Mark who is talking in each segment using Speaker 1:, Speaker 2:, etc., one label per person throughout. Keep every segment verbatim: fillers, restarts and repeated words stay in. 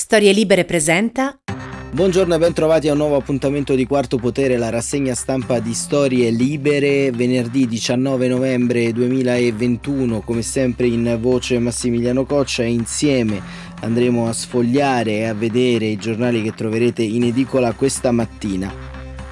Speaker 1: Storie Libere presenta.
Speaker 2: Buongiorno e ben trovati a un nuovo appuntamento di Quarto Potere, la rassegna stampa di Storie Libere, venerdì diciannove novembre duemilaventuno, come sempre in voce Massimiliano Coccia, e insieme andremo a sfogliare e a vedere i giornali che troverete in edicola questa mattina.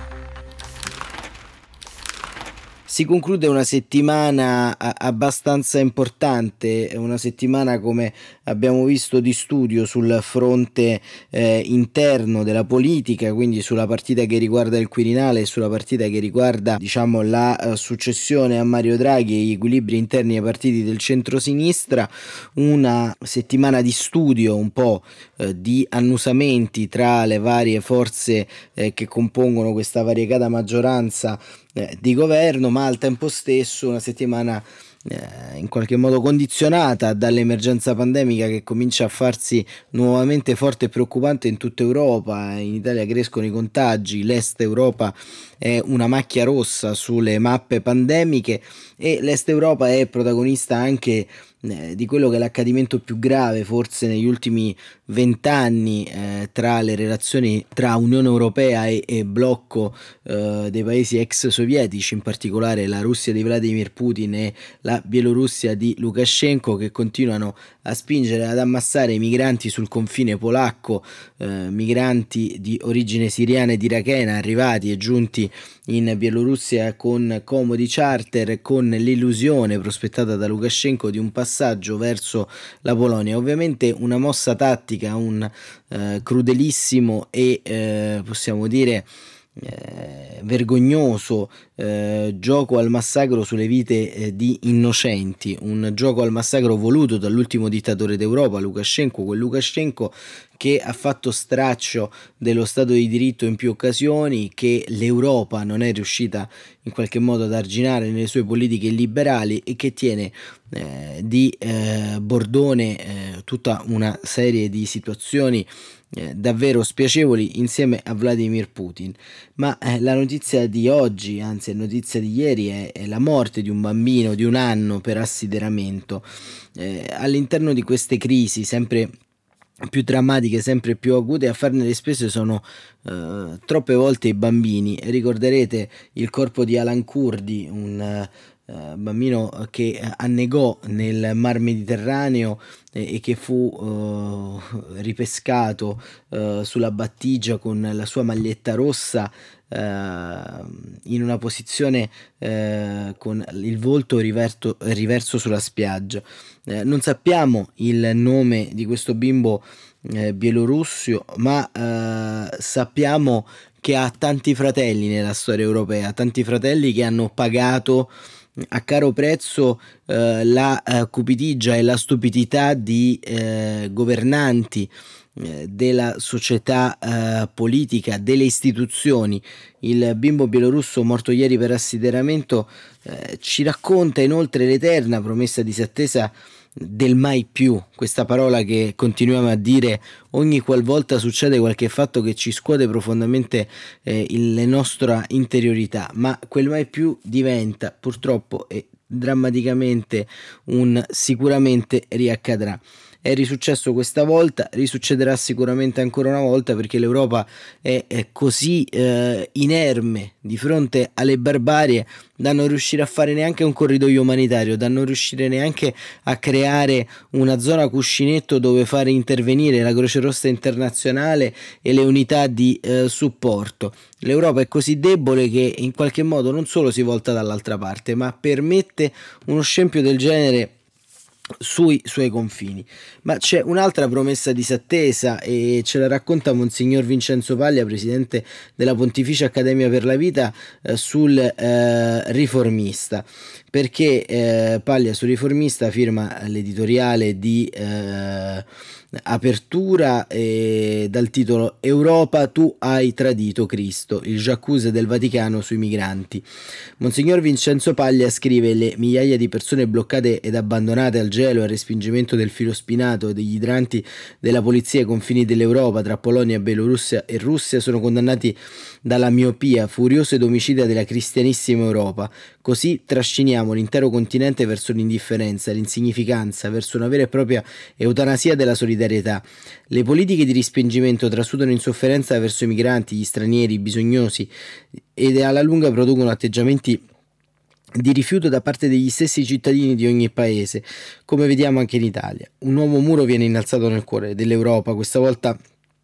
Speaker 2: Si conclude una settimana abbastanza importante, una settimana, come abbiamo visto, di studio sul fronte eh, interno della politica, quindi sulla partita che riguarda il Quirinale e sulla partita che riguarda, diciamo, la uh, successione a Mario Draghi e gli equilibri interni ai partiti del centro-sinistra. Una settimana di studio, un po' eh, di annusamenti tra le varie forze eh, che compongono questa variegata maggioranza di governo, ma al tempo stesso una settimana eh, in qualche modo condizionata dall'emergenza pandemica che comincia a farsi nuovamente forte e preoccupante in tutta Europa. In Italia crescono i contagi, l'Est Europa è una macchia rossa sulle mappe pandemiche e l'Est Europa è protagonista anche eh, di quello che è l'accadimento più grave forse negli ultimi vent'anni eh, tra le relazioni tra Unione Europea e, e blocco eh, dei paesi ex sovietici, in particolare la Russia di Vladimir Putin e la Bielorussia di Lukashenko, che continuano a spingere ad ammassare i migranti sul confine polacco, eh, migranti di origine siriana ed irachena arrivati e giunti in Bielorussia con comodi charter, con l'illusione prospettata da Lukashenko di un passaggio verso la Polonia. Ovviamente una mossa tattica, un eh, crudelissimo e eh, possiamo dire Eh, vergognoso eh, gioco al massacro sulle vite eh, di innocenti, un gioco al massacro voluto dall'ultimo dittatore d'Europa, Lukashenko, quel Lukashenko che ha fatto straccio dello Stato di diritto in più occasioni, che l'Europa non è riuscita in qualche modo ad arginare nelle sue politiche liberali e che tiene eh, di eh, bordone eh, tutta una serie di situazioni Eh, davvero spiacevoli insieme a Vladimir Putin. Ma eh, la notizia di oggi, anzi la notizia di ieri, è, è la morte di un bambino di un anno per assideramento. Eh, all'interno di queste crisi sempre più drammatiche, sempre più acute, a farne le spese sono eh, troppe volte i bambini. Ricorderete il corpo di Alan Kurdi, un Uh, bambino che annegò nel Mar Mediterraneo e, e che fu uh, ripescato uh, sulla battigia con la sua maglietta rossa, uh, in una posizione uh, con il volto riverto, riverso sulla spiaggia. Uh, non sappiamo il nome di questo bimbo uh, bielorusso, ma uh, sappiamo che ha tanti fratelli nella storia europea, tanti fratelli che hanno pagato a caro prezzo eh, la eh, cupidigia e la stupidità di eh, governanti eh, della società eh, politica, delle istituzioni. Il bimbo bielorusso morto ieri per assideramento eh, ci racconta inoltre l'eterna promessa disattesa del mai più, questa parola che continuiamo a dire ogni qualvolta succede qualche fatto che ci scuote profondamente eh, la nostra interiorità, ma quel mai più diventa purtroppo e drammaticamente un sicuramente riaccadrà. È risuccesso questa volta, risuccederà sicuramente ancora una volta, perché l'Europa è, è così eh, inerme di fronte alle barbarie da non riuscire a fare neanche un corridoio umanitario, da non riuscire neanche a creare una zona cuscinetto dove fare intervenire la Croce Rossa internazionale e le unità di eh, supporto. L'Europa è così debole che in qualche modo non solo si volta dall'altra parte, ma permette uno scempio del genere sui suoi confini. Ma c'è un'altra promessa disattesa e ce la racconta Monsignor Vincenzo Paglia, presidente della Pontificia Accademia per la Vita, eh, sul eh, Riformista, perché eh, Paglia sul Riformista firma l'editoriale di eh, apertura eh, dal titolo "Europa, tu hai tradito Cristo, il j'accuse del Vaticano sui migranti". Monsignor Vincenzo Paglia scrive: le migliaia di persone bloccate ed abbandonate al gelo e al respingimento del filo spinato degli idranti della polizia ai confini dell'Europa tra Polonia, Bielorussia e Russia sono condannati dalla miopia furiosa ed omicida della cristianissima Europa. Così trasciniamo l'intero continente verso l'indifferenza, l'insignificanza, verso una vera e propria eutanasia della solidarietà solidarietà. Le politiche di respingimento trasudano insofferenza verso i migranti, gli stranieri, i bisognosi ed alla lunga producono atteggiamenti di rifiuto da parte degli stessi cittadini di ogni paese, come vediamo anche in Italia. Un nuovo muro viene innalzato nel cuore dell'Europa, questa volta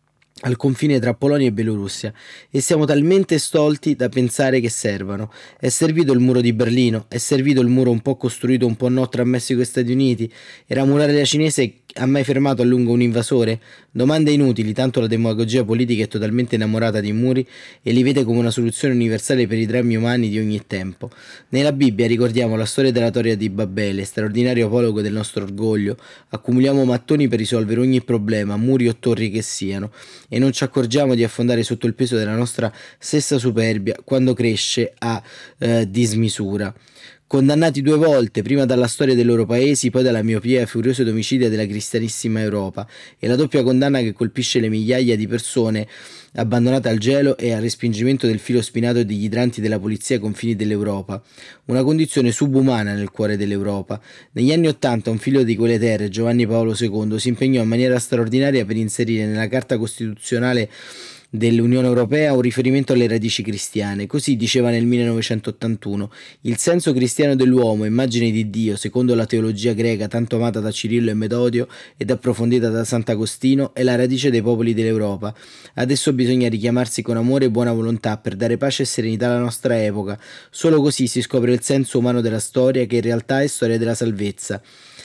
Speaker 2: al confine tra Polonia e Bielorussia, e siamo talmente stolti da pensare che servano. È servito il muro di Berlino? È servito il muro un po' costruito un po' no tra Messico e Stati Uniti? E la muraglia cinese ha mai fermato a lungo un invasore? Domande inutili, tanto la demagogia politica è totalmente innamorata di muri e li vede come una soluzione universale per i drammi umani di ogni tempo. Nella Bibbia ricordiamo la storia della Toria di Babele, straordinario apologo del nostro orgoglio. Accumuliamo mattoni per risolvere ogni problema, muri o torri che siano, e non ci accorgiamo di affondare sotto il peso della nostra stessa superbia quando cresce a eh, dismisura. Condannati due volte, prima dalla storia dei loro paesi, poi dalla miopia furiosa ed omicidia della cristianissima Europa, e la doppia condanna che colpisce le migliaia di persone abbandonate al gelo e al respingimento del filo spinato degli idranti della polizia ai confini dell'Europa, una condizione subumana nel cuore dell'Europa. Negli anni Ottanta un figlio di quelle terre, Giovanni Paolo secondo, si impegnò in maniera straordinaria per inserire nella Carta Costituzionale dell'Unione Europea un riferimento alle radici cristiane. Così diceva nel millenovecentottantuno: il senso cristiano dell'uomo, immagine di Dio, secondo la teologia greca tanto amata da Cirillo e Metodio ed approfondita da Sant'Agostino, è la radice dei popoli dell'Europa. Adesso bisogna richiamarsi con amore e buona volontà per dare pace e serenità alla nostra epoca. Solo così si scopre il senso umano della storia, che in realtà è storia della salvezza.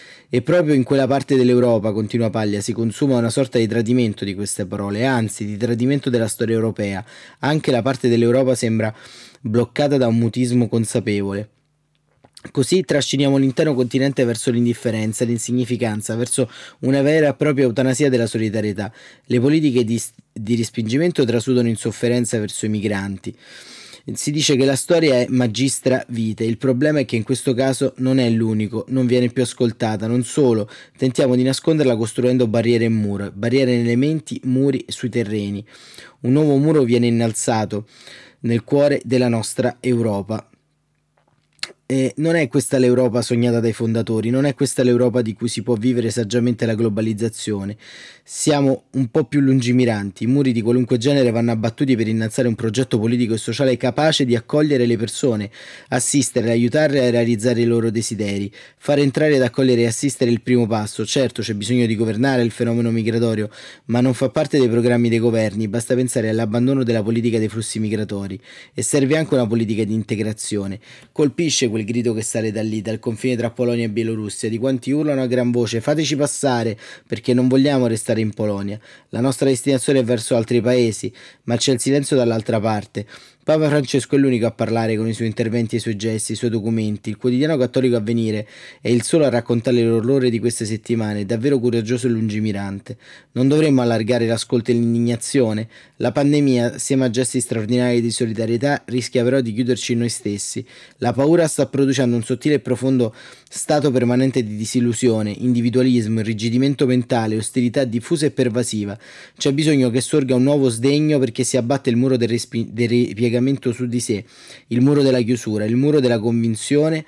Speaker 2: E proprio in quella parte dell'Europa, continua Paglia, si consuma una sorta di tradimento di queste parole, anzi di tradimento della storia europea. Anche la parte dell'Europa sembra bloccata da un mutismo consapevole. Così trasciniamo l'intero continente verso l'indifferenza, l'insignificanza, verso una vera e propria eutanasia della solidarietà. Le politiche di, di respingimento trasudano insofferenza verso i migranti. Si dice che la storia è magistra vitae, il problema è che in questo caso non è l'unico, non viene più ascoltata, non solo, tentiamo di nasconderla costruendo barriere e mura, barriere nelle menti, muri sui terreni. Un nuovo muro viene innalzato nel cuore della nostra Europa. Eh, non è questa l'Europa sognata dai fondatori, non è questa l'Europa di cui si può vivere saggiamente la globalizzazione. Siamo un po' più lungimiranti, i muri di qualunque genere vanno abbattuti per innalzare un progetto politico e sociale capace di accogliere le persone, assistere, aiutarle a realizzare i loro desideri, fare entrare ed accogliere e assistere il primo passo. Certo, c'è bisogno di governare il fenomeno migratorio, ma non fa parte dei programmi dei governi, basta pensare all'abbandono della politica dei flussi migratori. E serve anche una politica di integrazione. Colpisce quel grido che sale da lì, dal confine tra Polonia e Bielorussia, di quanti urlano a gran voce: fateci passare, perché non vogliamo restare in Polonia. La nostra destinazione è verso altri paesi, ma c'è il silenzio dall'altra parte. Papa Francesco è l'unico a parlare con i suoi interventi, i suoi gesti, i suoi documenti. Il quotidiano cattolico Avvenire è il solo a raccontare l'orrore di queste settimane, davvero coraggioso e lungimirante. Non dovremmo allargare l'ascolto e l'indignazione. La pandemia, assieme a gesti straordinari di solidarietà, rischia però di chiuderci in noi stessi. La paura sta producendo un sottile e profondo stato permanente di disillusione, individualismo, irrigidimento mentale, ostilità diffusa e pervasiva. C'è bisogno che sorga un nuovo sdegno, perché si abbatte il muro del, respi- del ripiegamento su di sé, il muro della chiusura, il muro della convinzione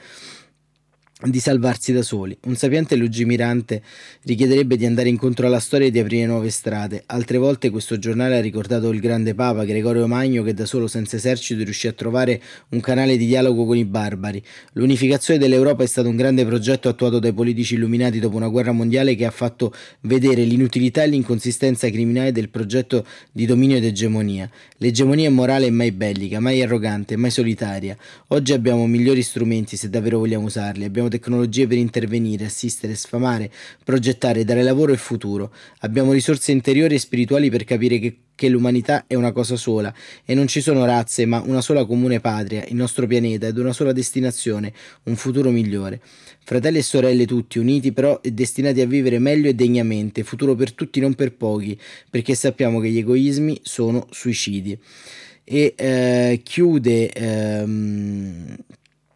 Speaker 2: di salvarsi da soli. Un sapiente lungimirante richiederebbe di andare incontro alla storia e di aprire nuove strade. Altre volte questo giornale ha ricordato il grande Papa Gregorio Magno, che da solo, senza esercito, riuscì a trovare un canale di dialogo con i barbari. L'unificazione dell'Europa è stato un grande progetto attuato dai politici illuminati dopo una guerra mondiale, che ha fatto vedere l'inutilità e l'inconsistenza criminale del progetto di dominio ed egemonia. L'egemonia è morale e mai bellica, mai arrogante, mai solitaria. Oggi abbiamo migliori strumenti, se davvero vogliamo usarli. Abbiamo tecnologie per intervenire, assistere, sfamare, progettare, dare lavoro e futuro. Abbiamo risorse interiori e spirituali per capire che, che l'umanità è una cosa sola e non ci sono razze, ma una sola comune patria, il nostro pianeta, ed una sola destinazione, un futuro migliore. Fratelli e sorelle tutti uniti, però, e destinati a vivere meglio e degnamente, futuro per tutti, non per pochi, perché sappiamo che gli egoismi sono suicidi. E eh, chiude ehm,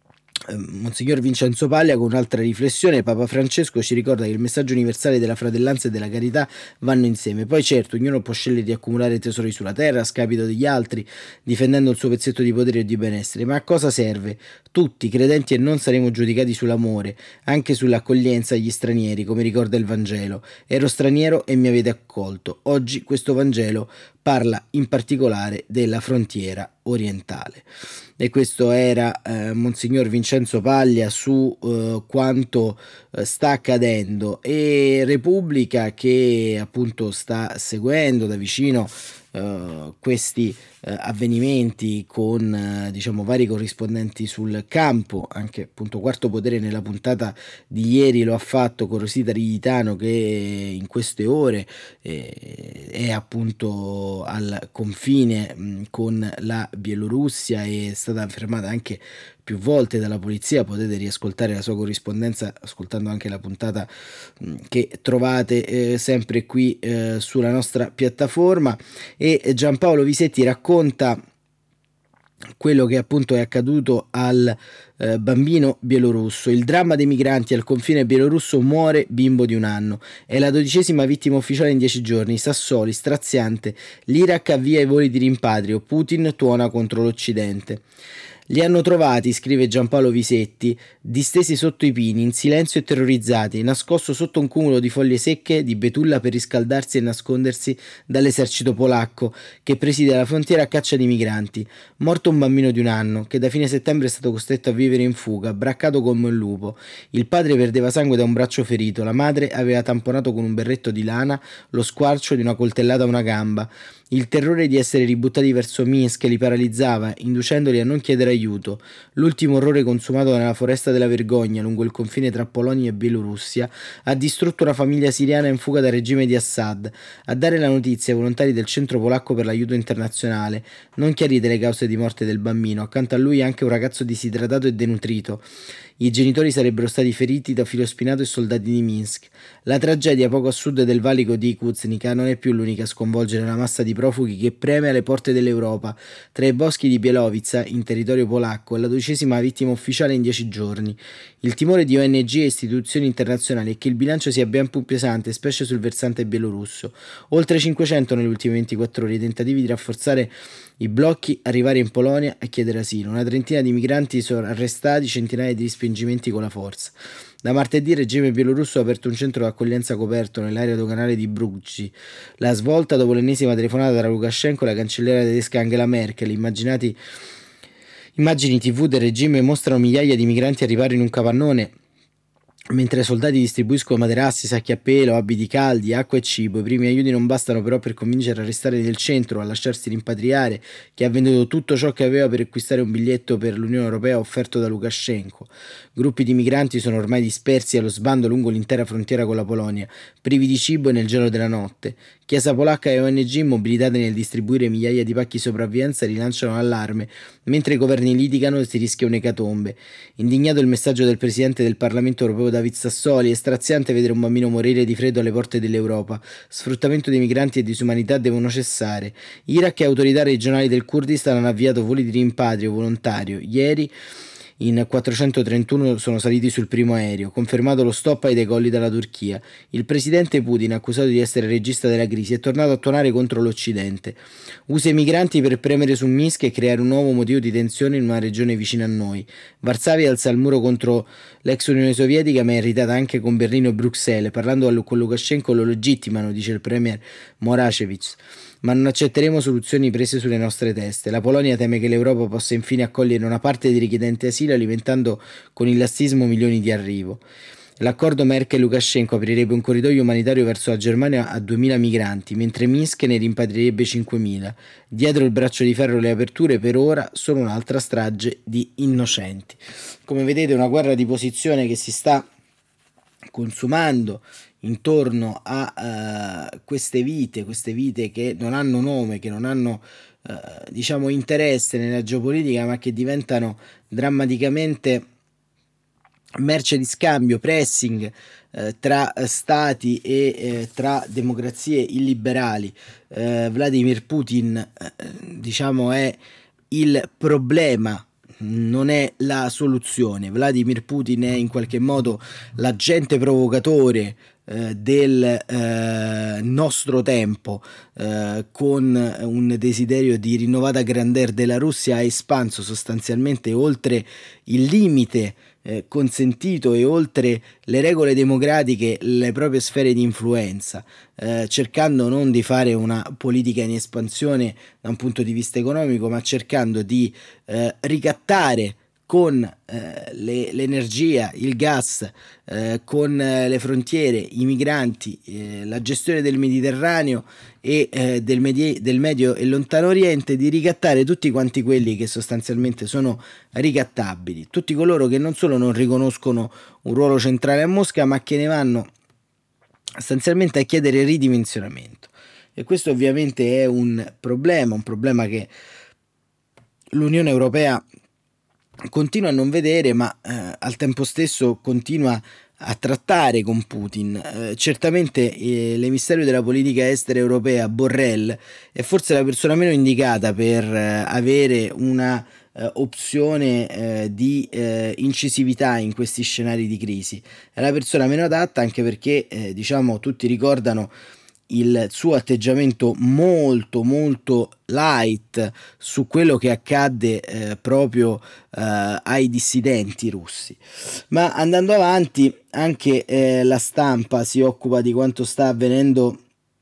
Speaker 2: Monsignor Vincenzo Paglia con un'altra riflessione: Papa Francesco ci ricorda che il messaggio universale della fratellanza e della carità vanno insieme. Poi certo, ognuno può scegliere di accumulare tesori sulla terra a scapito degli altri, difendendo il suo pezzetto di potere e di benessere. Ma a cosa serve? Tutti, credenti e non, saremo giudicati sull'amore, anche sull'accoglienza agli stranieri, come ricorda il Vangelo. Ero straniero e mi avete accolto. Oggi questo Vangelo parla in particolare della frontiera orientale. E questo era eh, Monsignor Vincenzo Paglia su eh, quanto eh, sta accadendo, e Repubblica, che appunto sta seguendo da vicino eh, questi eh, avvenimenti con eh, diciamo vari corrispondenti sul campo. Anche appunto Quarto Potere nella puntata di ieri lo ha fatto con Rosita Riglitano, che in queste ore eh, è appunto al confine mh, con la Bielorussia e è stata fermata anche più volte dalla polizia. Potete riascoltare la sua corrispondenza ascoltando anche la puntata mh, che trovate eh, sempre qui eh, sulla nostra piattaforma. E Giampaolo Visetti racconta quello che appunto è accaduto al eh, bambino bielorusso. Il dramma dei migranti al confine bielorusso, muore bimbo di un anno. È la dodicesima vittima ufficiale in dieci giorni. Sassoli, straziante. L'Iraq avvia i voli di rimpatrio. Putin tuona contro l'Occidente. Li hanno trovati, scrive Giampaolo Visetti, distesi sotto i pini, in silenzio e terrorizzati, nascosto sotto un cumulo di foglie secche di betulla per riscaldarsi e nascondersi dall'esercito polacco che preside la frontiera a caccia di migranti. Morto un bambino di un anno, che da fine settembre è stato costretto a vivere in fuga, braccato come un lupo. Il padre perdeva sangue da un braccio ferito, la madre aveva tamponato con un berretto di lana lo squarcio di una coltellata a una gamba. Il terrore di essere ributtati verso Minsk li paralizzava, inducendoli a non chiedere aiuto. L'ultimo orrore consumato nella foresta della vergogna, lungo il confine tra Polonia e Bielorussia, ha distrutto una famiglia siriana in fuga dal regime di Assad. A dare la notizia ai volontari del Centro Polacco per l'Aiuto Internazionale, non chiarite le cause di morte del bambino, accanto a lui anche un ragazzo disidratato e denutrito. I genitori sarebbero stati feriti da filo spinato e soldati di Minsk. La tragedia poco a sud del valico di Kuznica non è più l'unica a sconvolgere la massa di profughi che preme alle porte dell'Europa. Tra i boschi di Bielovica, in territorio polacco, è la dodicesima vittima ufficiale in dieci giorni. Il timore di O N G e istituzioni internazionali è che il bilancio sia ben più pesante, specie sul versante bielorusso. Oltre cinquecento nelle ultime ventiquattro ore, i tentativi di rafforzare i blocchi, arrivare in Polonia e chiedere asilo. Una trentina di migranti sono arrestati, centinaia di respingimenti con la forza. Da martedì il regime bielorusso ha aperto un centro di accoglienza coperto nell'area doganale di Bruggi. La svolta dopo l'ennesima telefonata tra Lukashenko e la cancelliera tedesca Angela Merkel. Immaginati, immagini tivù del regime mostrano migliaia di migranti arrivare in un capannone, mentre i soldati distribuiscono materassi, sacchi a pelo, abiti caldi, acqua e cibo. I primi aiuti non bastano però per convincere a restare nel centro, a lasciarsi rimpatriare chi ha venduto tutto ciò che aveva per acquistare un biglietto per l'Unione Europea offerto da Lukashenko. Gruppi di migranti sono ormai dispersi allo sbando lungo l'intera frontiera con la Polonia, privi di cibo e nel gelo della notte. Chiesa polacca e O N G, mobilitate nel distribuire migliaia di pacchi sopravvivenza, rilanciano l'allarme. Mentre i governi litigano si rischia un'ecatombe. Indignato il messaggio del presidente del Parlamento europeo David Sassoli: è straziante vedere un bambino morire di freddo alle porte dell'Europa. Sfruttamento dei migranti e disumanità devono cessare. Iraq e autorità regionali del Kurdistan hanno avviato voli di rimpatrio volontario. Ieri in quattrocentotrentuno sono saliti sul primo aereo, confermato lo stop ai decolli dalla Turchia. Il presidente Putin, accusato di essere regista della crisi, è tornato a tuonare contro l'Occidente. Usa i migranti per premere su Minsk e creare un nuovo motivo di tensione in una regione vicina a noi. Varsavia alza il muro contro l'ex Unione Sovietica, ma è irritata anche con Berlino e Bruxelles. Parlando con Lukashenko lo legittimano, dice il premier Morashevich. Ma non accetteremo soluzioni prese sulle nostre teste. La Polonia teme che l'Europa possa infine accogliere una parte dei richiedenti asilo, alimentando con il lassismo milioni di arrivo. L'accordo Merkel-Lukashenko aprirebbe un corridoio umanitario verso la Germania a duemila migranti, mentre Minsk ne rimpatrierebbe cinquemila. Dietro il braccio di ferro e le aperture, per ora, solo un'altra strage di innocenti. Come vedete, una guerra di posizione che si sta consumando intorno a uh, queste vite, queste vite che non hanno nome, che non hanno uh, diciamo interesse nella geopolitica, ma che diventano drammaticamente merce di scambio, pressing eh, tra stati e eh, tra democrazie illiberali. Eh, Vladimir Putin, eh, diciamo, è il problema non è la soluzione. Vladimir Putin è in qualche modo l'agente provocatore eh, del eh, nostro tempo, eh, con un desiderio di rinnovata grandeur della Russia, ha espanso sostanzialmente oltre il limite eh, consentito e oltre le regole democratiche le proprie sfere di influenza, eh, cercando non di fare una politica in espansione da un punto di vista economico, ma cercando di eh, ricattare con eh, le, l'energia, il gas, eh, con eh, le frontiere, i migranti, eh, la gestione del Mediterraneo e eh, del, Medi- del Medio e Lontano Oriente, di ricattare tutti quanti quelli che sostanzialmente sono ricattabili, tutti coloro che non solo non riconoscono un ruolo centrale a Mosca, ma che ne vanno sostanzialmente a chiedere ridimensionamento. E questo ovviamente è un problema, un problema che l'Unione Europea continua a non vedere, ma eh, al tempo stesso continua a trattare con Putin. Eh, certamente eh, l'emissario della politica estera europea, Borrell, è forse la persona meno indicata per eh, avere una eh, opzione eh, di eh, incisività in questi scenari di crisi. È la persona meno adatta, anche perché eh, diciamo tutti ricordano il suo atteggiamento molto molto light su quello che accadde eh, proprio eh, ai dissidenti russi. Ma andando avanti, anche eh, la stampa si occupa di quanto sta avvenendo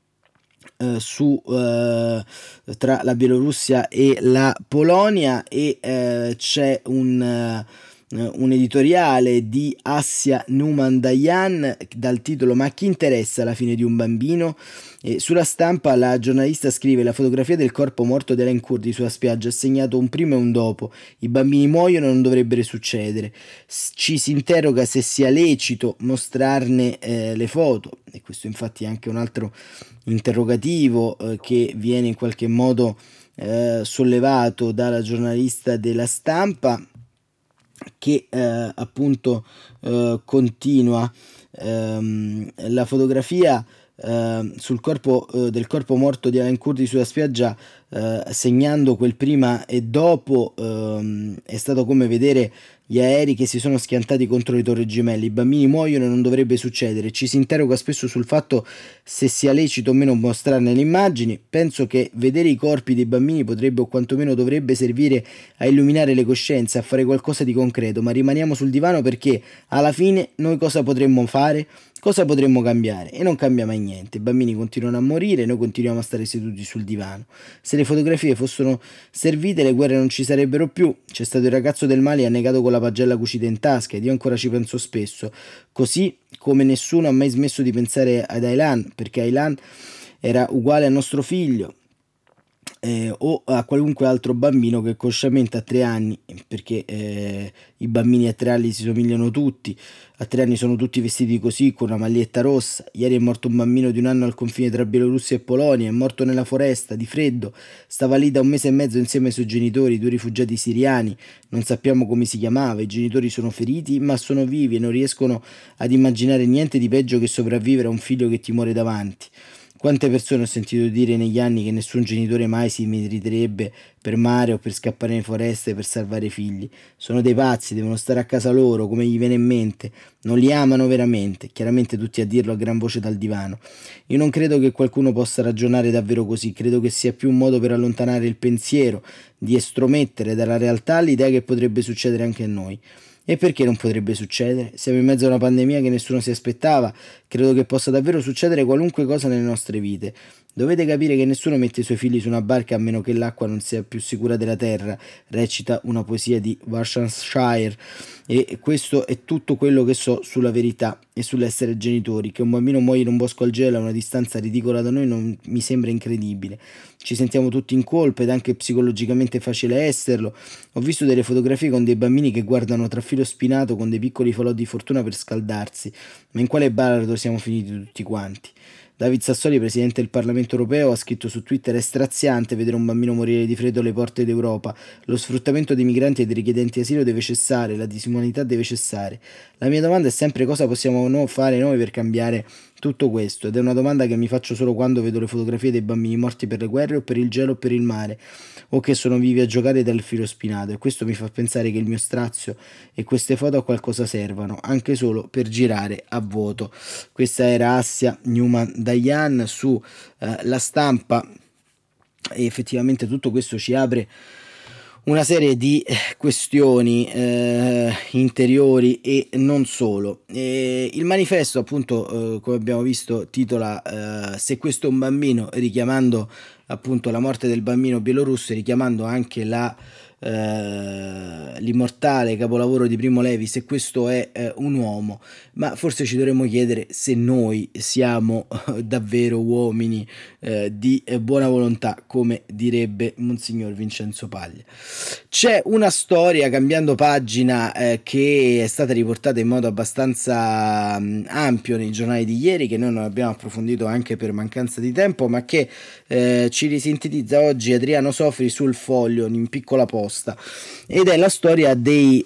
Speaker 2: eh, su eh, tra la Bielorussia e la Polonia, e eh, c'è un eh, un editoriale di Assia Numandayan dal titolo "Ma chi interessa la fine di un bambino?". E sulla Stampa la giornalista scrive: "La fotografia del corpo morto di Alan Kurdi sulla spiaggia ha segnato un prima e un dopo. I bambini muoiono, non dovrebbe succedere. Ci si interroga se sia lecito mostrarne eh, le foto", e questo infatti è anche un altro interrogativo eh, che viene in qualche modo eh, sollevato dalla giornalista della Stampa, che eh, appunto eh, continua ehm, la fotografia eh, sul corpo eh, del corpo morto di Alan Kurdi sulla spiaggia, eh, segnando quel prima e dopo. Ehm, è stato come vedere gli aerei che si sono schiantati contro le torri gemelle. I bambini muoiono e non dovrebbe succedere. Ci si interroga spesso sul fatto se sia lecito o meno mostrarne le immagini. Penso che vedere i corpi dei bambini potrebbe, o quantomeno dovrebbe, servire a illuminare le coscienze, a fare qualcosa di concreto, ma rimaniamo sul divano perché alla fine noi cosa potremmo fare? Cosa potremmo cambiare? E non cambia mai niente. I bambini continuano a morire, noi continuiamo a stare seduti sul divano. Se le fotografie fossero servite, le guerre non ci sarebbero più. C'è stato il ragazzo del Mali annegato con la pagella cucita in tasca, ed io ancora ci penso spesso. Così come nessuno ha mai smesso di pensare ad Aylan, perché Aylan era uguale al nostro figlio. Eh, o a qualunque altro bambino che consciamente a tre anni, perché eh, i bambini a tre anni si somigliano tutti, a tre anni sono tutti vestiti così, con una maglietta rossa. Ieri è morto un bambino di un anno al confine tra Bielorussia e Polonia, è morto nella foresta di freddo, stava lì da un mese e mezzo insieme ai suoi genitori, due rifugiati siriani, non sappiamo come si chiamava. I genitori sono feriti ma sono vivi e non riescono ad immaginare niente di peggio che sopravvivere a un figlio che ti muore davanti. Quante persone ho sentito dire negli anni che nessun genitore mai si meriterebbe per mare o per scappare in foreste per salvare i figli. Sono dei pazzi, devono stare a casa loro, come gli viene in mente. Non li amano veramente, chiaramente tutti a dirlo a gran voce dal divano. Io non credo che qualcuno possa ragionare davvero così, credo che sia più un modo per allontanare il pensiero, di estromettere dalla realtà l'idea che potrebbe succedere anche a noi. E perché non potrebbe succedere? Siamo in mezzo a una pandemia che nessuno si aspettava. Credo che possa davvero succedere qualunque cosa nelle nostre vite. Dovete capire che nessuno mette i suoi figli su una barca a meno che l'acqua non sia più sicura della terra, recita una poesia di Worcestershire. E questo è tutto quello che so sulla verità e sull'essere genitori. Che un bambino muoia in un bosco al gelo a una distanza ridicola da noi non mi sembra incredibile. Ci sentiamo tutti in colpa ed è anche psicologicamente facile esserlo. Ho visto delle fotografie con dei bambini che guardano tra filo spinato con dei piccoli falò di fortuna per scaldarsi. Ma in quale baratro siamo finiti tutti quanti? David Sassoli, presidente del Parlamento europeo, ha scritto su Twitter: "È straziante vedere un bambino morire di freddo alle porte d'Europa. Lo sfruttamento dei migranti e dei richiedenti asilo deve cessare, la disumanità deve cessare". La mia domanda è sempre: cosa possiamo no fare noi per cambiare tutto questo? Ed è una domanda che mi faccio solo quando vedo le fotografie dei bambini morti per le guerre o per il gelo o per il mare, o che sono vivi a giocare dal filo spinato, e questo mi fa pensare che il mio strazio e queste foto a qualcosa servano, anche solo per girare a vuoto. Questa era Assia Newman Dayan su eh, La Stampa, e effettivamente tutto questo ci apre una serie di questioni eh, interiori e non solo. E il manifesto, appunto, eh, come abbiamo visto, titola eh, Se questo è un bambino, richiamando appunto la morte del bambino bielorusso e richiamando anche la eh, l'immortale capolavoro di Primo Levi, Se questo è eh, un uomo. Ma forse ci dovremmo chiedere se noi siamo eh, davvero uomini eh, di eh, buona volontà, come direbbe Monsignor Vincenzo Paglia. C'è una storia, cambiando pagina, eh, che è stata riportata in modo abbastanza mh, ampio nei giornali di ieri, che noi non abbiamo approfondito anche per mancanza di tempo, ma che eh, ci risintetizza oggi Adriano Sofri sul Foglio in piccola posta, ed è la storia dei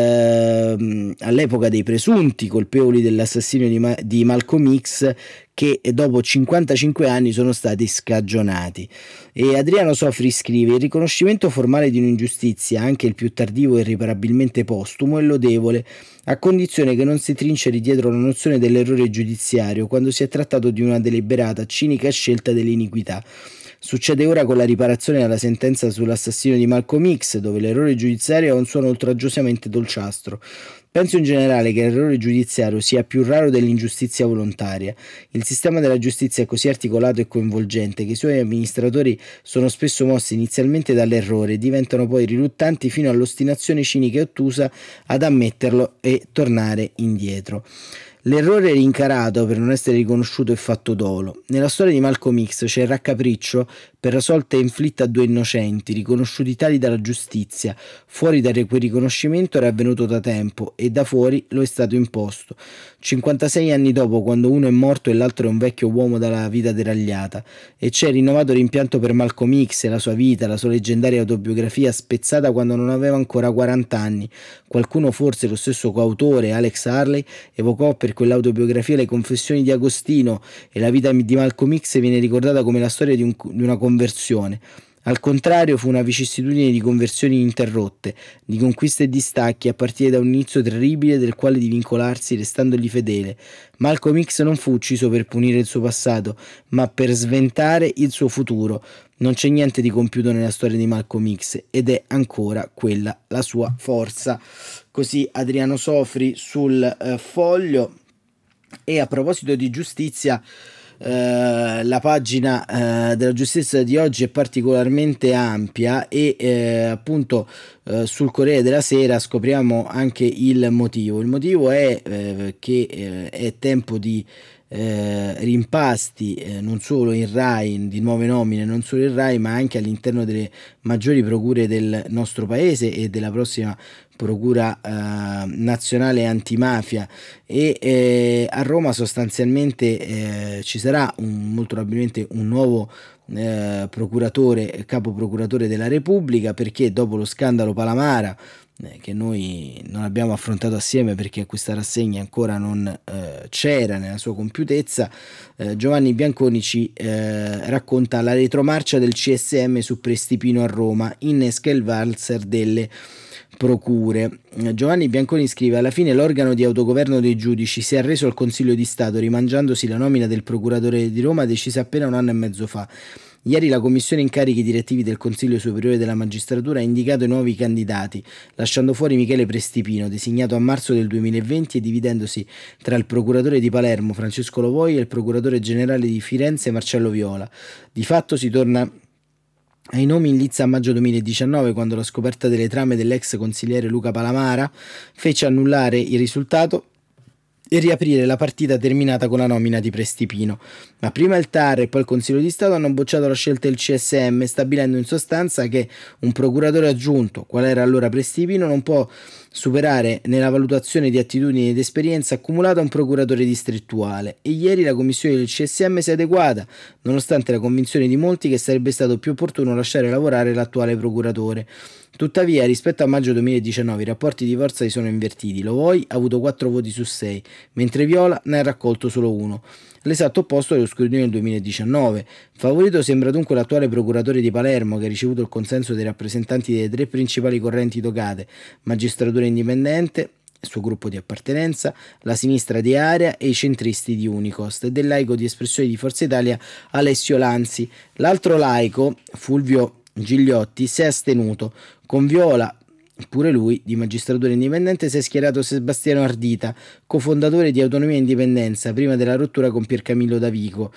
Speaker 2: eh, all'epoca dei presunti colpevoli dell'assassinio di, Ma- di Malcolm X, che dopo cinquantacinque anni sono stati scagionati. E Adriano Sofri scrive: il riconoscimento formale di un'ingiustizia, anche il più tardivo e irreparabilmente postumo, è lodevole, a condizione che non si trinceri dietro la nozione dell'errore giudiziario quando si è trattato di una deliberata, cinica scelta dell'iniquità. Succede ora con la riparazione della sentenza sull'assassinio di Malcolm X, dove l'errore giudiziario ha un suono oltraggiosamente dolciastro. Penso in generale che l'errore giudiziario sia più raro dell'ingiustizia volontaria. Il sistema della giustizia è così articolato e coinvolgente che i suoi amministratori sono spesso mossi inizialmente dall'errore e diventano poi riluttanti fino all'ostinazione cinica e ottusa ad ammetterlo e tornare indietro. L'errore rincarato per non essere riconosciuto è fatto dolo. Nella storia di Malcolm X c'è il raccapriccio per la sorte inflitta a due innocenti, riconosciuti tali dalla giustizia. Fuori da quel riconoscimento era avvenuto da tempo e da fuori lo è stato imposto. cinquantasei anni dopo, quando uno è morto e l'altro è un vecchio uomo dalla vita deragliata, e c'è il rinnovato rimpianto per Malcolm X e la sua vita, la sua leggendaria autobiografia spezzata quando non aveva ancora quaranta anni. Qualcuno, forse lo stesso coautore, Alex Harley, evocò per quell'autobiografia le confessioni di Agostino, e la vita di Malcolm X viene ricordata come la storia di, un, di una conversione. Al contrario, fu una vicissitudine di conversioni ininterrotte, di conquiste e distacchi, a partire da un inizio terribile del quale di vincolarsi restandogli fedele. Malcolm X non fu ucciso per punire il suo passato, ma per sventare il suo futuro. Non c'è niente di compiuto nella storia di Malcolm X, ed è ancora quella la sua forza. Così Adriano Sofri sul eh, Foglio. E a proposito di giustizia, eh, la pagina eh, della giustizia di oggi è particolarmente ampia, e eh, appunto eh, sul Corriere della Sera scopriamo anche il motivo. Il motivo è eh, che eh, è tempo di eh, rimpasti, eh, non solo in Rai, di nuove nomine, non solo in Rai, ma anche all'interno delle maggiori procure del nostro paese e della prossima procura eh, nazionale antimafia. E eh, a Roma sostanzialmente eh, ci sarà un, molto probabilmente un nuovo eh, procuratore, capo procuratore della Repubblica, perché dopo lo scandalo Palamara, eh, che noi non abbiamo affrontato assieme perché questa rassegna ancora non eh, c'era nella sua compiutezza, eh, Giovanni Bianconi ci eh, racconta la retromarcia del C S M su Prestipino a Roma, innesca il valzer delle procure. Giovanni Bianconi scrive: alla fine l'organo di autogoverno dei giudici si è arreso al Consiglio di Stato, rimangiandosi la nomina del procuratore di Roma decisa appena un anno e mezzo fa. Ieri la commissione incarichi direttivi del Consiglio Superiore della Magistratura ha indicato i nuovi candidati, lasciando fuori Michele Prestipino, designato a marzo del duemilaventi, e dividendosi tra il procuratore di Palermo Francesco Lovoi e il procuratore generale di Firenze Marcello Viola. Di fatto si torna ai nomi in lizza a maggio duemiladiciannove, quando la scoperta delle trame dell'ex consigliere Luca Palamara fece annullare il risultato e riaprire la partita terminata con la nomina di Prestipino. Ma prima il T A R e poi il Consiglio di Stato hanno bocciato la scelta del C S M, stabilendo in sostanza che un procuratore aggiunto, qual era allora Prestipino, non può superare nella valutazione di attitudini ed esperienza accumulata un procuratore distrettuale. E ieri la commissione del C S M si è adeguata, nonostante la convinzione di molti che sarebbe stato più opportuno lasciare lavorare l'attuale procuratore. Tuttavia, rispetto a maggio duemiladiciannove, i rapporti di forza si sono invertiti. Lo Voi ha avuto quattro voti su sei, mentre Viola ne ha raccolto solo uno. L'esatto opposto dello scrutinio del duemiladiciannove. Favorito sembra dunque l'attuale procuratore di Palermo, che ha ricevuto il consenso dei rappresentanti delle tre principali correnti togate: Magistratura Indipendente, il suo gruppo di appartenenza, la sinistra di area e i centristi di Unicost, e del laico di espressione di Forza Italia Alessio Lanzi. L'altro laico, Fulvio Gigliotti, si è astenuto. Con Viola, pure lui, di Magistratura Indipendente, si è schierato Sebastiano Ardita, cofondatore di Autonomia e Indipendenza, prima della rottura con Piercamillo Davico.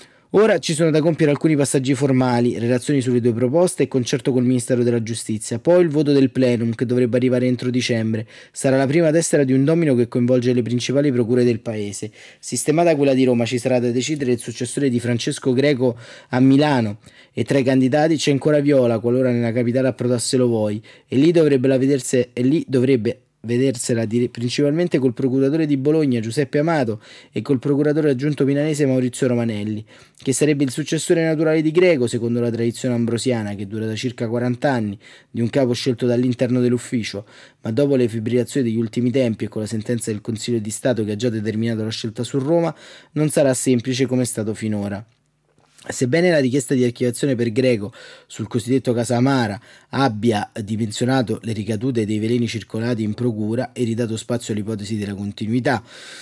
Speaker 2: Ora ci sono da compiere alcuni passaggi formali, relazioni sulle due proposte e concerto col Ministero della Giustizia, poi il voto del plenum che dovrebbe arrivare entro dicembre. Sarà la prima tessera di un domino che coinvolge le principali procure del paese. Sistemata quella di Roma, ci sarà da decidere il successore di Francesco Greco a Milano, e tra i candidati c'è ancora Viola, qualora nella capitale approdasse Lo Voi, e lì dovrebbe la vederse, e lì dovrebbe vedersela dire, principalmente col procuratore di Bologna Giuseppe Amato e col procuratore aggiunto milanese Maurizio Romanelli, che sarebbe il successore naturale di Greco secondo la tradizione ambrosiana, che dura da circa quaranta anni, di un capo scelto dall'interno dell'ufficio. Ma dopo le fibrillazioni degli ultimi tempi e con la sentenza del Consiglio di Stato che ha già determinato la scelta su Roma, non sarà semplice come è stato finora. Sebbene la richiesta di archiviazione per Greco sul cosiddetto caso Amara abbia dimensionato le ricadute dei veleni circolati in procura e ridato spazio all'ipotesi della continuità,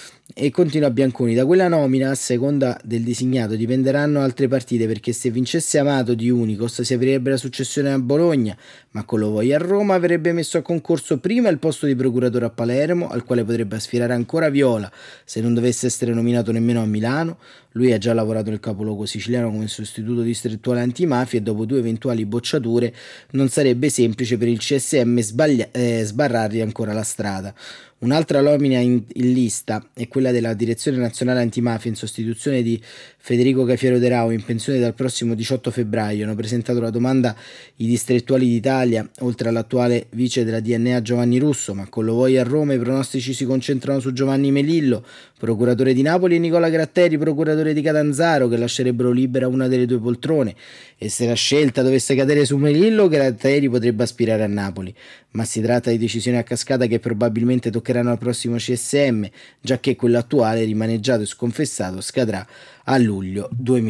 Speaker 2: e continua Bianconi, da quella nomina, a seconda del designato, dipenderanno altre partite, perché se vincesse Amato di Unicos si aprirebbe la successione a Bologna, ma con Lo Voi a Roma avrebbe messo a concorso prima il posto di procuratore a Palermo, al quale potrebbe aspirare ancora Viola se non dovesse essere nominato nemmeno a Milano. Lui ha già lavorato nel capoluogo siciliano come sostituto distrettuale antimafia, e dopo due eventuali bocciature non sarebbe semplice per il C S M sbaglia- eh, sbarrargli ancora la strada. Un'altra nomina in, in lista è quella della Direzione Nazionale Antimafia in sostituzione di Federico Cafiero De Rao, in pensione dal prossimo diciotto febbraio. Hanno presentato la domanda i distrettuali d'Italia, oltre all'attuale vice della D N A Giovanni Russo, ma con Lo Voi a Roma i pronostici si concentrano su Giovanni Melillo, procuratore di Napoli, e Nicola Gratteri, procuratore di Catanzaro, che lascerebbero libera una delle due poltrone, e se la scelta dovesse cadere su Melillo, Gratteri potrebbe aspirare a Napoli. Ma si tratta di decisioni a cascata che probabilmente toccheranno al prossimo C S M, giacché quello attuale, rimaneggiato e sconfessato, scadrà a luglio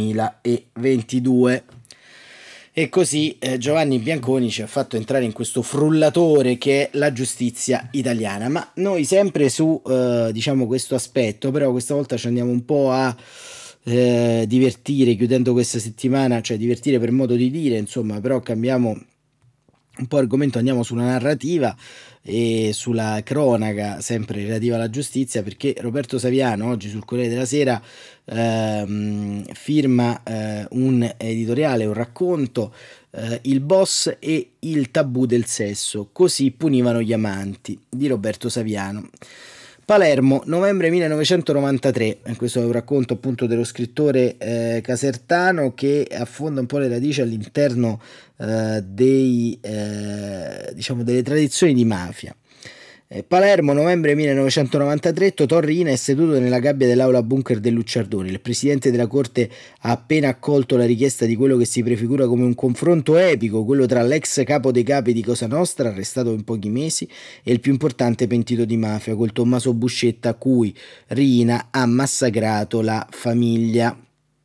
Speaker 2: duemilaventidue. E così eh, Giovanni Bianconi ci ha fatto entrare in questo frullatore che è la giustizia italiana. Ma noi sempre su eh, diciamo questo aspetto, però questa volta ci andiamo un po' a eh, divertire, chiudendo questa settimana, cioè divertire per modo di dire, insomma, però cambiamo un po' argomento, andiamo sulla narrativa e sulla cronaca sempre relativa alla giustizia, perché Roberto Saviano oggi sul Corriere della Sera ehm, firma eh, un editoriale, un racconto, eh, Il boss e il tabù del sesso, così punivano gli amanti, di Roberto Saviano. Palermo, novembre millenovecentonovantatré, questo è un racconto appunto dello scrittore eh, casertano, che affonda un po' le radici all'interno eh, dei, eh, diciamo delle tradizioni di mafia. Eh, Palermo, novembre millenovecentonovantatré, Totò Riina è seduto nella gabbia dell'aula bunker del Lucciardone. Il presidente della corte ha appena accolto la richiesta di quello che si prefigura come un confronto epico, quello tra l'ex capo dei capi di Cosa Nostra, arrestato in pochi mesi, e il più importante pentito di mafia, quel Tommaso Buscetta a cui Riina ha massacrato la famiglia.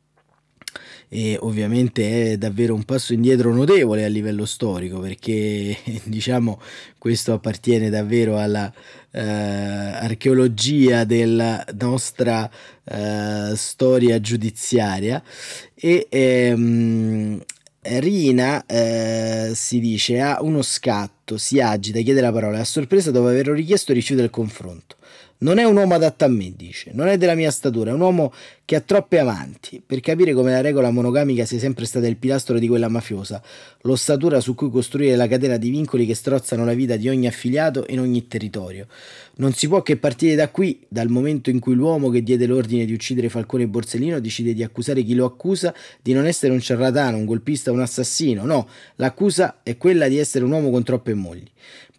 Speaker 2: E ovviamente è davvero un passo indietro notevole a livello storico, perché diciamo questo appartiene davvero alla eh, archeologia della nostra eh, storia giudiziaria. E ehm, Rina eh, si dice ha uno scatto, si agita, chiede la parola, e a sorpresa dopo averlo richiesto rifiuta il confronto. Non è un uomo adatto a me, dice, non è della mia statura, è un uomo che ha troppe amanti. Per capire come la regola monogamica sia sempre stata il pilastro di quella mafiosa, l'ossatura su cui costruire la catena di vincoli che strozzano la vita di ogni affiliato in ogni territorio. Non si può che partire da qui, dal momento in cui l'uomo che diede l'ordine di uccidere Falcone e Borsellino decide di accusare chi lo accusa di non essere un ciarlatano, un golpista, un assassino. No, l'accusa è quella di essere un uomo con troppe mogli.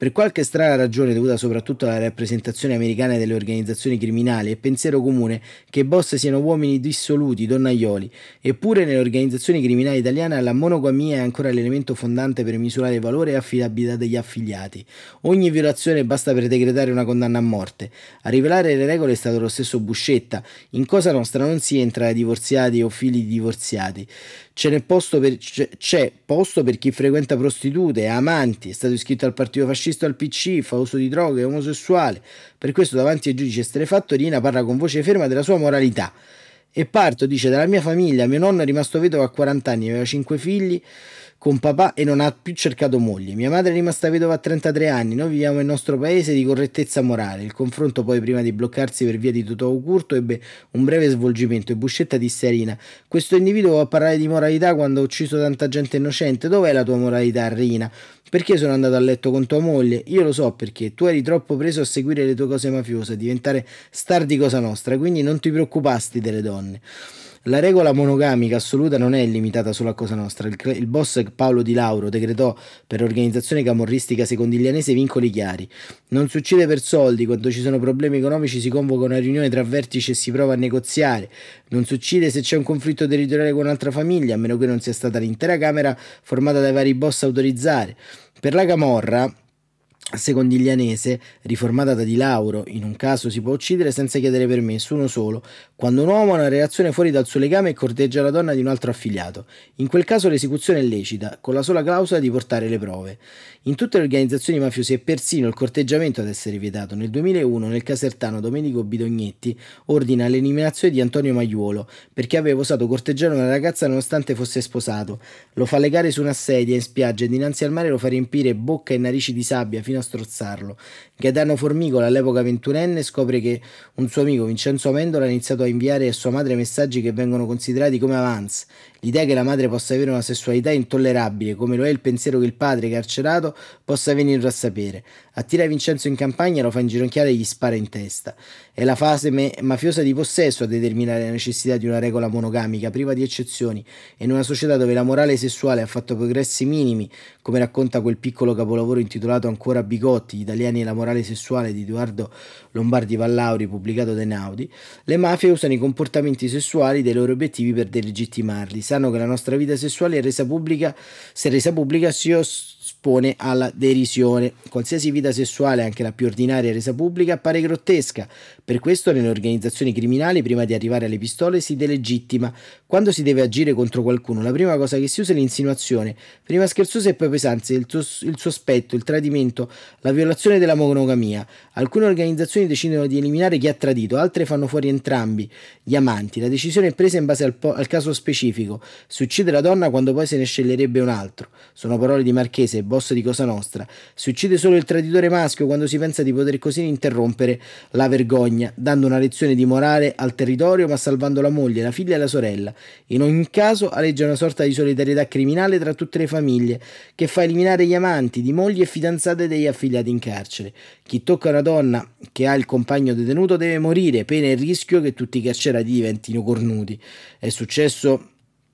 Speaker 2: Per qualche strana ragione, dovuta soprattutto alla rappresentazione americana delle organizzazioni criminali, è pensiero comune che i boss siano uomini dissoluti, donnaioli. Eppure nelle organizzazioni criminali italiane la monogamia è ancora l'elemento fondante per misurare valore e affidabilità degli affiliati. Ogni violazione basta per decretare una condanna a morte. A rivelare le regole è stato lo stesso Buscetta. In Cosa Nostra non si entra da divorziati o figli di divorziati. Ce n'è posto per, c'è, c'è posto per chi frequenta prostitute, amanti, è stato iscritto al partito fascista o al P C, fa uso di droghe, è omosessuale. Per questo davanti ai giudici esterefatto Rina parla con voce ferma della sua moralità. E parto, dice, dalla mia famiglia, mio nonno è rimasto vedovo a quaranta anni, aveva cinque figli con papà e non ha più cercato moglie. Mia madre è rimasta vedova a trentatré anni, noi viviamo nel nostro paese di correttezza morale. Il confronto poi, prima di bloccarsi per via di Totò Curto, ebbe un breve svolgimento e Buscetta disse a Rina: questo individuo va a parlare di moralità quando ha ucciso tanta gente innocente, dov'è la tua moralità, Rina? Perché sono andato a letto con tua moglie? Io lo so perché, tu eri troppo preso a seguire le tue cose mafiose, a diventare star di Cosa Nostra, quindi non ti preoccupasti delle donne. La regola monogamica assoluta non è limitata solo a Cosa Nostra. Il, il boss Paolo Di Lauro decretò per l'organizzazione camorristica secondiglianese vincoli chiari. Non si uccide per soldi, quando ci sono problemi economici si convoca una riunione tra vertici e si prova a negoziare. Non si uccide se c'è un conflitto territoriale con un'altra famiglia, a meno che non sia stata l'intera Camera formata dai vari boss a autorizzare. Per la Camorra secondiglianese, riformata da Di Lauro, in un caso si può uccidere senza chiedere permesso, uno solo, quando un uomo ha una relazione fuori dal suo legame e corteggia la donna di un altro affiliato. In quel caso l'esecuzione è lecita, con la sola clausola di portare le prove. In tutte le organizzazioni mafiose è persino il corteggiamento ad essere vietato. Nel duemilauno nel casertano Domenico Bidognetti ordina l'eliminazione di Antonio Maiuolo perché aveva osato corteggiare una ragazza nonostante fosse sposato. Lo fa legare su una sedia in spiaggia e dinanzi al mare lo fa riempire bocca e narici di sabbia fino a strozzarlo. Gaetano Formicola, all'epoca ventunenne, scopre che un suo amico Vincenzo Amendola ha iniziato a inviare a sua madre messaggi che vengono considerati come avance. L'idea che la madre possa avere una sessualità intollerabile, come lo è il pensiero che il padre carcerato possa venirlo a sapere. Attira Vincenzo in campagna, lo fa inginocchiare e gli spara in testa. È la fase me- mafiosa di possesso a determinare la necessità di una regola monogamica, priva di eccezioni, e in una società dove la morale sessuale ha fatto progressi minimi, come racconta quel piccolo capolavoro intitolato Ancora Bigotti, Gli italiani e la morale sessuale di Edoardo Lombardi Vallauri, pubblicato da Einaudi, le mafie usano i comportamenti sessuali dei loro obiettivi per delegittimarli. Sanno che la nostra vita sessuale è resa pubblica, se resa pubblica si espone alla derisione. Qualsiasi vita sessuale, anche la più ordinaria, resa pubblica appare grottesca. Per questo nelle organizzazioni criminali, prima di arrivare alle pistole, si delegittima. Quando si deve agire contro qualcuno, la prima cosa che si usa è l'insinuazione, prima scherzosa e poi pesante, il, tuo, il sospetto, il tradimento, la violazione della monogamia. Alcune organizzazioni decidono di eliminare chi ha tradito, altre fanno fuori entrambi gli amanti. La decisione è presa in base al, po- al caso specifico. Si uccide la donna quando poi se ne sceglierebbe un altro. Sono parole di Marchese, boss di Cosa Nostra. Si uccide solo il traditore maschio quando si pensa di poter così interrompere la vergogna, dando una lezione di morale al territorio ma salvando la moglie, la figlia e la sorella. In ogni caso aleggia una sorta di solidarietà criminale tra tutte le famiglie, che fa eliminare gli amanti di mogli e fidanzate degli affiliati in carcere. Chi tocca una donna che ha il compagno detenuto deve morire, pena il rischio che tutti i carcerati diventino cornuti. È successo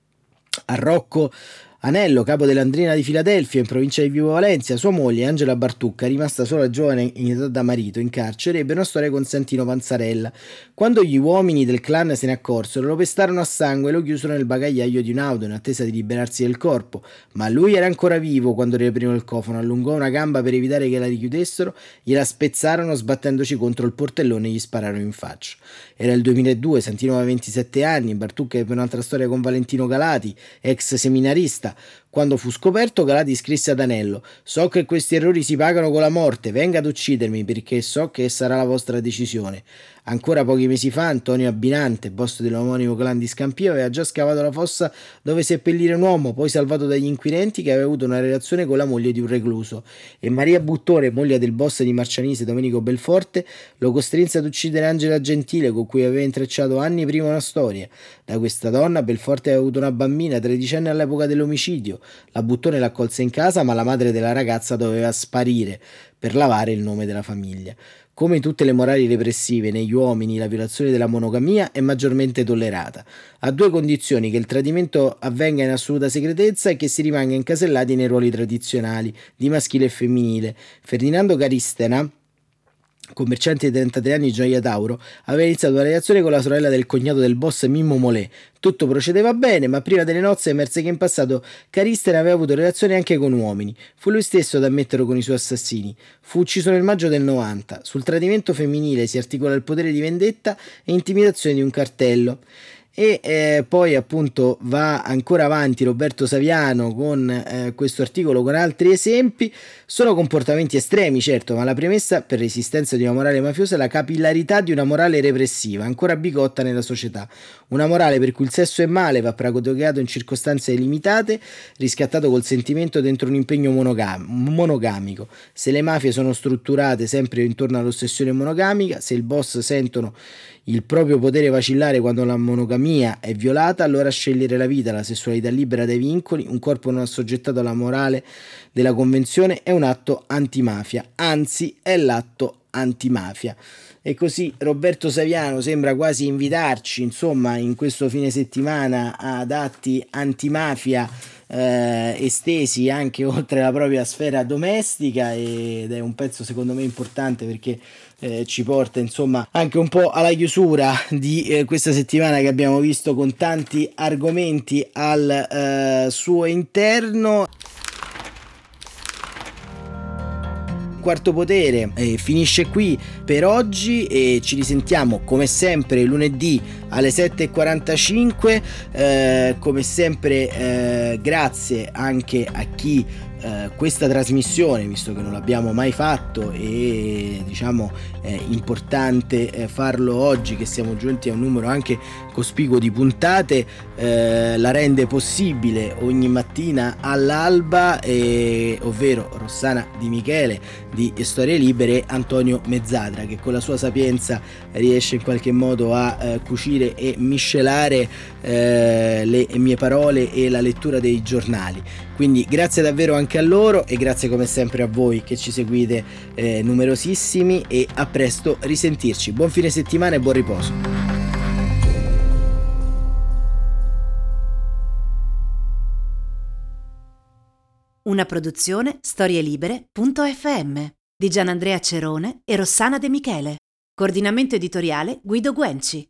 Speaker 2: a Rocco Anello, capo dell'Andrina di Filadelfia, in provincia di Vibo Valentia. Sua moglie, Angela Bartucca, rimasta sola giovane in età da marito in carcere, ebbe una storia con Santino Panzarella. Quando gli uomini del clan se ne accorsero, lo pestarono a sangue e lo chiusero nel bagagliaio di un'auto in attesa di liberarsi del corpo. Ma lui era ancora vivo quando riaprirono il cofano, allungò una gamba per evitare che la richiudessero, gliela spezzarono sbattendoci contro il portellone e gli spararono in faccia. Era il duemiladue, Santino aveva ventisette anni, Bartucca ebbe un'altra storia con Valentino Galati, ex seminarista. Quando fu scoperto, Galati scrisse ad Anello: so che questi errori si pagano con la morte, venga ad uccidermi perché so che sarà la vostra decisione. Ancora pochi mesi fa Antonio Abbinante, boss dell'omonimo clan di Scampia, aveva già scavato la fossa dove seppellire un uomo, poi salvato dagli inquirenti, che aveva avuto una relazione con la moglie di un recluso, e Maria Buttore, moglie del boss di Marcianise Domenico Belforte, lo costrinse ad uccidere Angela Gentile, con cui aveva intrecciato anni prima una storia. Da questa donna Belforte aveva avuto una bambina tredicenne all'epoca dell'omicidio. La Buttone l'accolse in casa, ma la madre della ragazza doveva sparire per lavare il nome della famiglia. Come tutte le morali repressive negli uomini, la violazione della monogamia è maggiormente tollerata, a due condizioni: che il tradimento avvenga in assoluta segretezza e che si rimanga incasellati nei ruoli tradizionali di maschile e femminile. Ferdinando Caristena, commerciante di trentatré anni, Gioia Tauro, aveva iniziato una relazione con la sorella del cognato del boss, Mimmo Molé. Tutto procedeva bene, ma prima delle nozze emerse che in passato Caristena aveva avuto relazioni anche con uomini. Fu lui stesso ad ammetterlo con i suoi assassini. Fu ucciso nel maggio del novanta. Sul tradimento femminile si articola il potere di vendetta e intimidazione di un cartello. E eh, poi appunto va ancora avanti Roberto Saviano con eh, questo articolo con altri esempi. Sono comportamenti estremi, certo, ma la premessa per l'esistenza di una morale mafiosa è la capillarità di una morale repressiva, ancora bigotta nella società. Una morale per cui il sesso è male, va praticato in circostanze limitate, riscattato col sentimento dentro un impegno monogam- monogamico. Se le mafie sono strutturate sempre intorno all'ossessione monogamica, se il boss sentono il proprio potere vacillare quando la monogamia è violata, allora scegliere la vita, la sessualità libera dai vincoli, un corpo non assoggettato alla morale della convenzione è un atto antimafia, anzi è l'atto antimafia. E così Roberto Saviano sembra quasi invitarci, insomma, in questo fine settimana ad atti antimafia eh, estesi anche oltre la propria sfera domestica, ed è un pezzo secondo me importante perché eh, ci porta insomma anche un po' alla chiusura di eh, questa settimana che abbiamo visto con tanti argomenti al eh, suo interno. Quarto Potere eh, finisce qui per oggi e ci risentiamo come sempre lunedì alle sette e quarantacinque. Eh, come sempre eh, grazie anche a chi eh, questa trasmissione, visto che non l'abbiamo mai fatto e diciamo è importante eh, farlo oggi che siamo giunti a un numero anche cospicuo di puntate, eh, la rende possibile ogni mattina all'alba, eh, ovvero Rossana Di Michele di Storie Libere e Antonio Mezzadra, che con la sua sapienza riesce in qualche modo a eh, cucire e miscelare eh, le mie parole e la lettura dei giornali. Quindi grazie davvero anche a loro e grazie come sempre a voi che ci seguite eh, numerosissimi, e a presto risentirci. Buon fine settimana e buon riposo.
Speaker 1: Una produzione storielibere punto effe emme di Gianandrea Cerone e Rossana De Michele. Coordinamento editoriale Guido Guenci.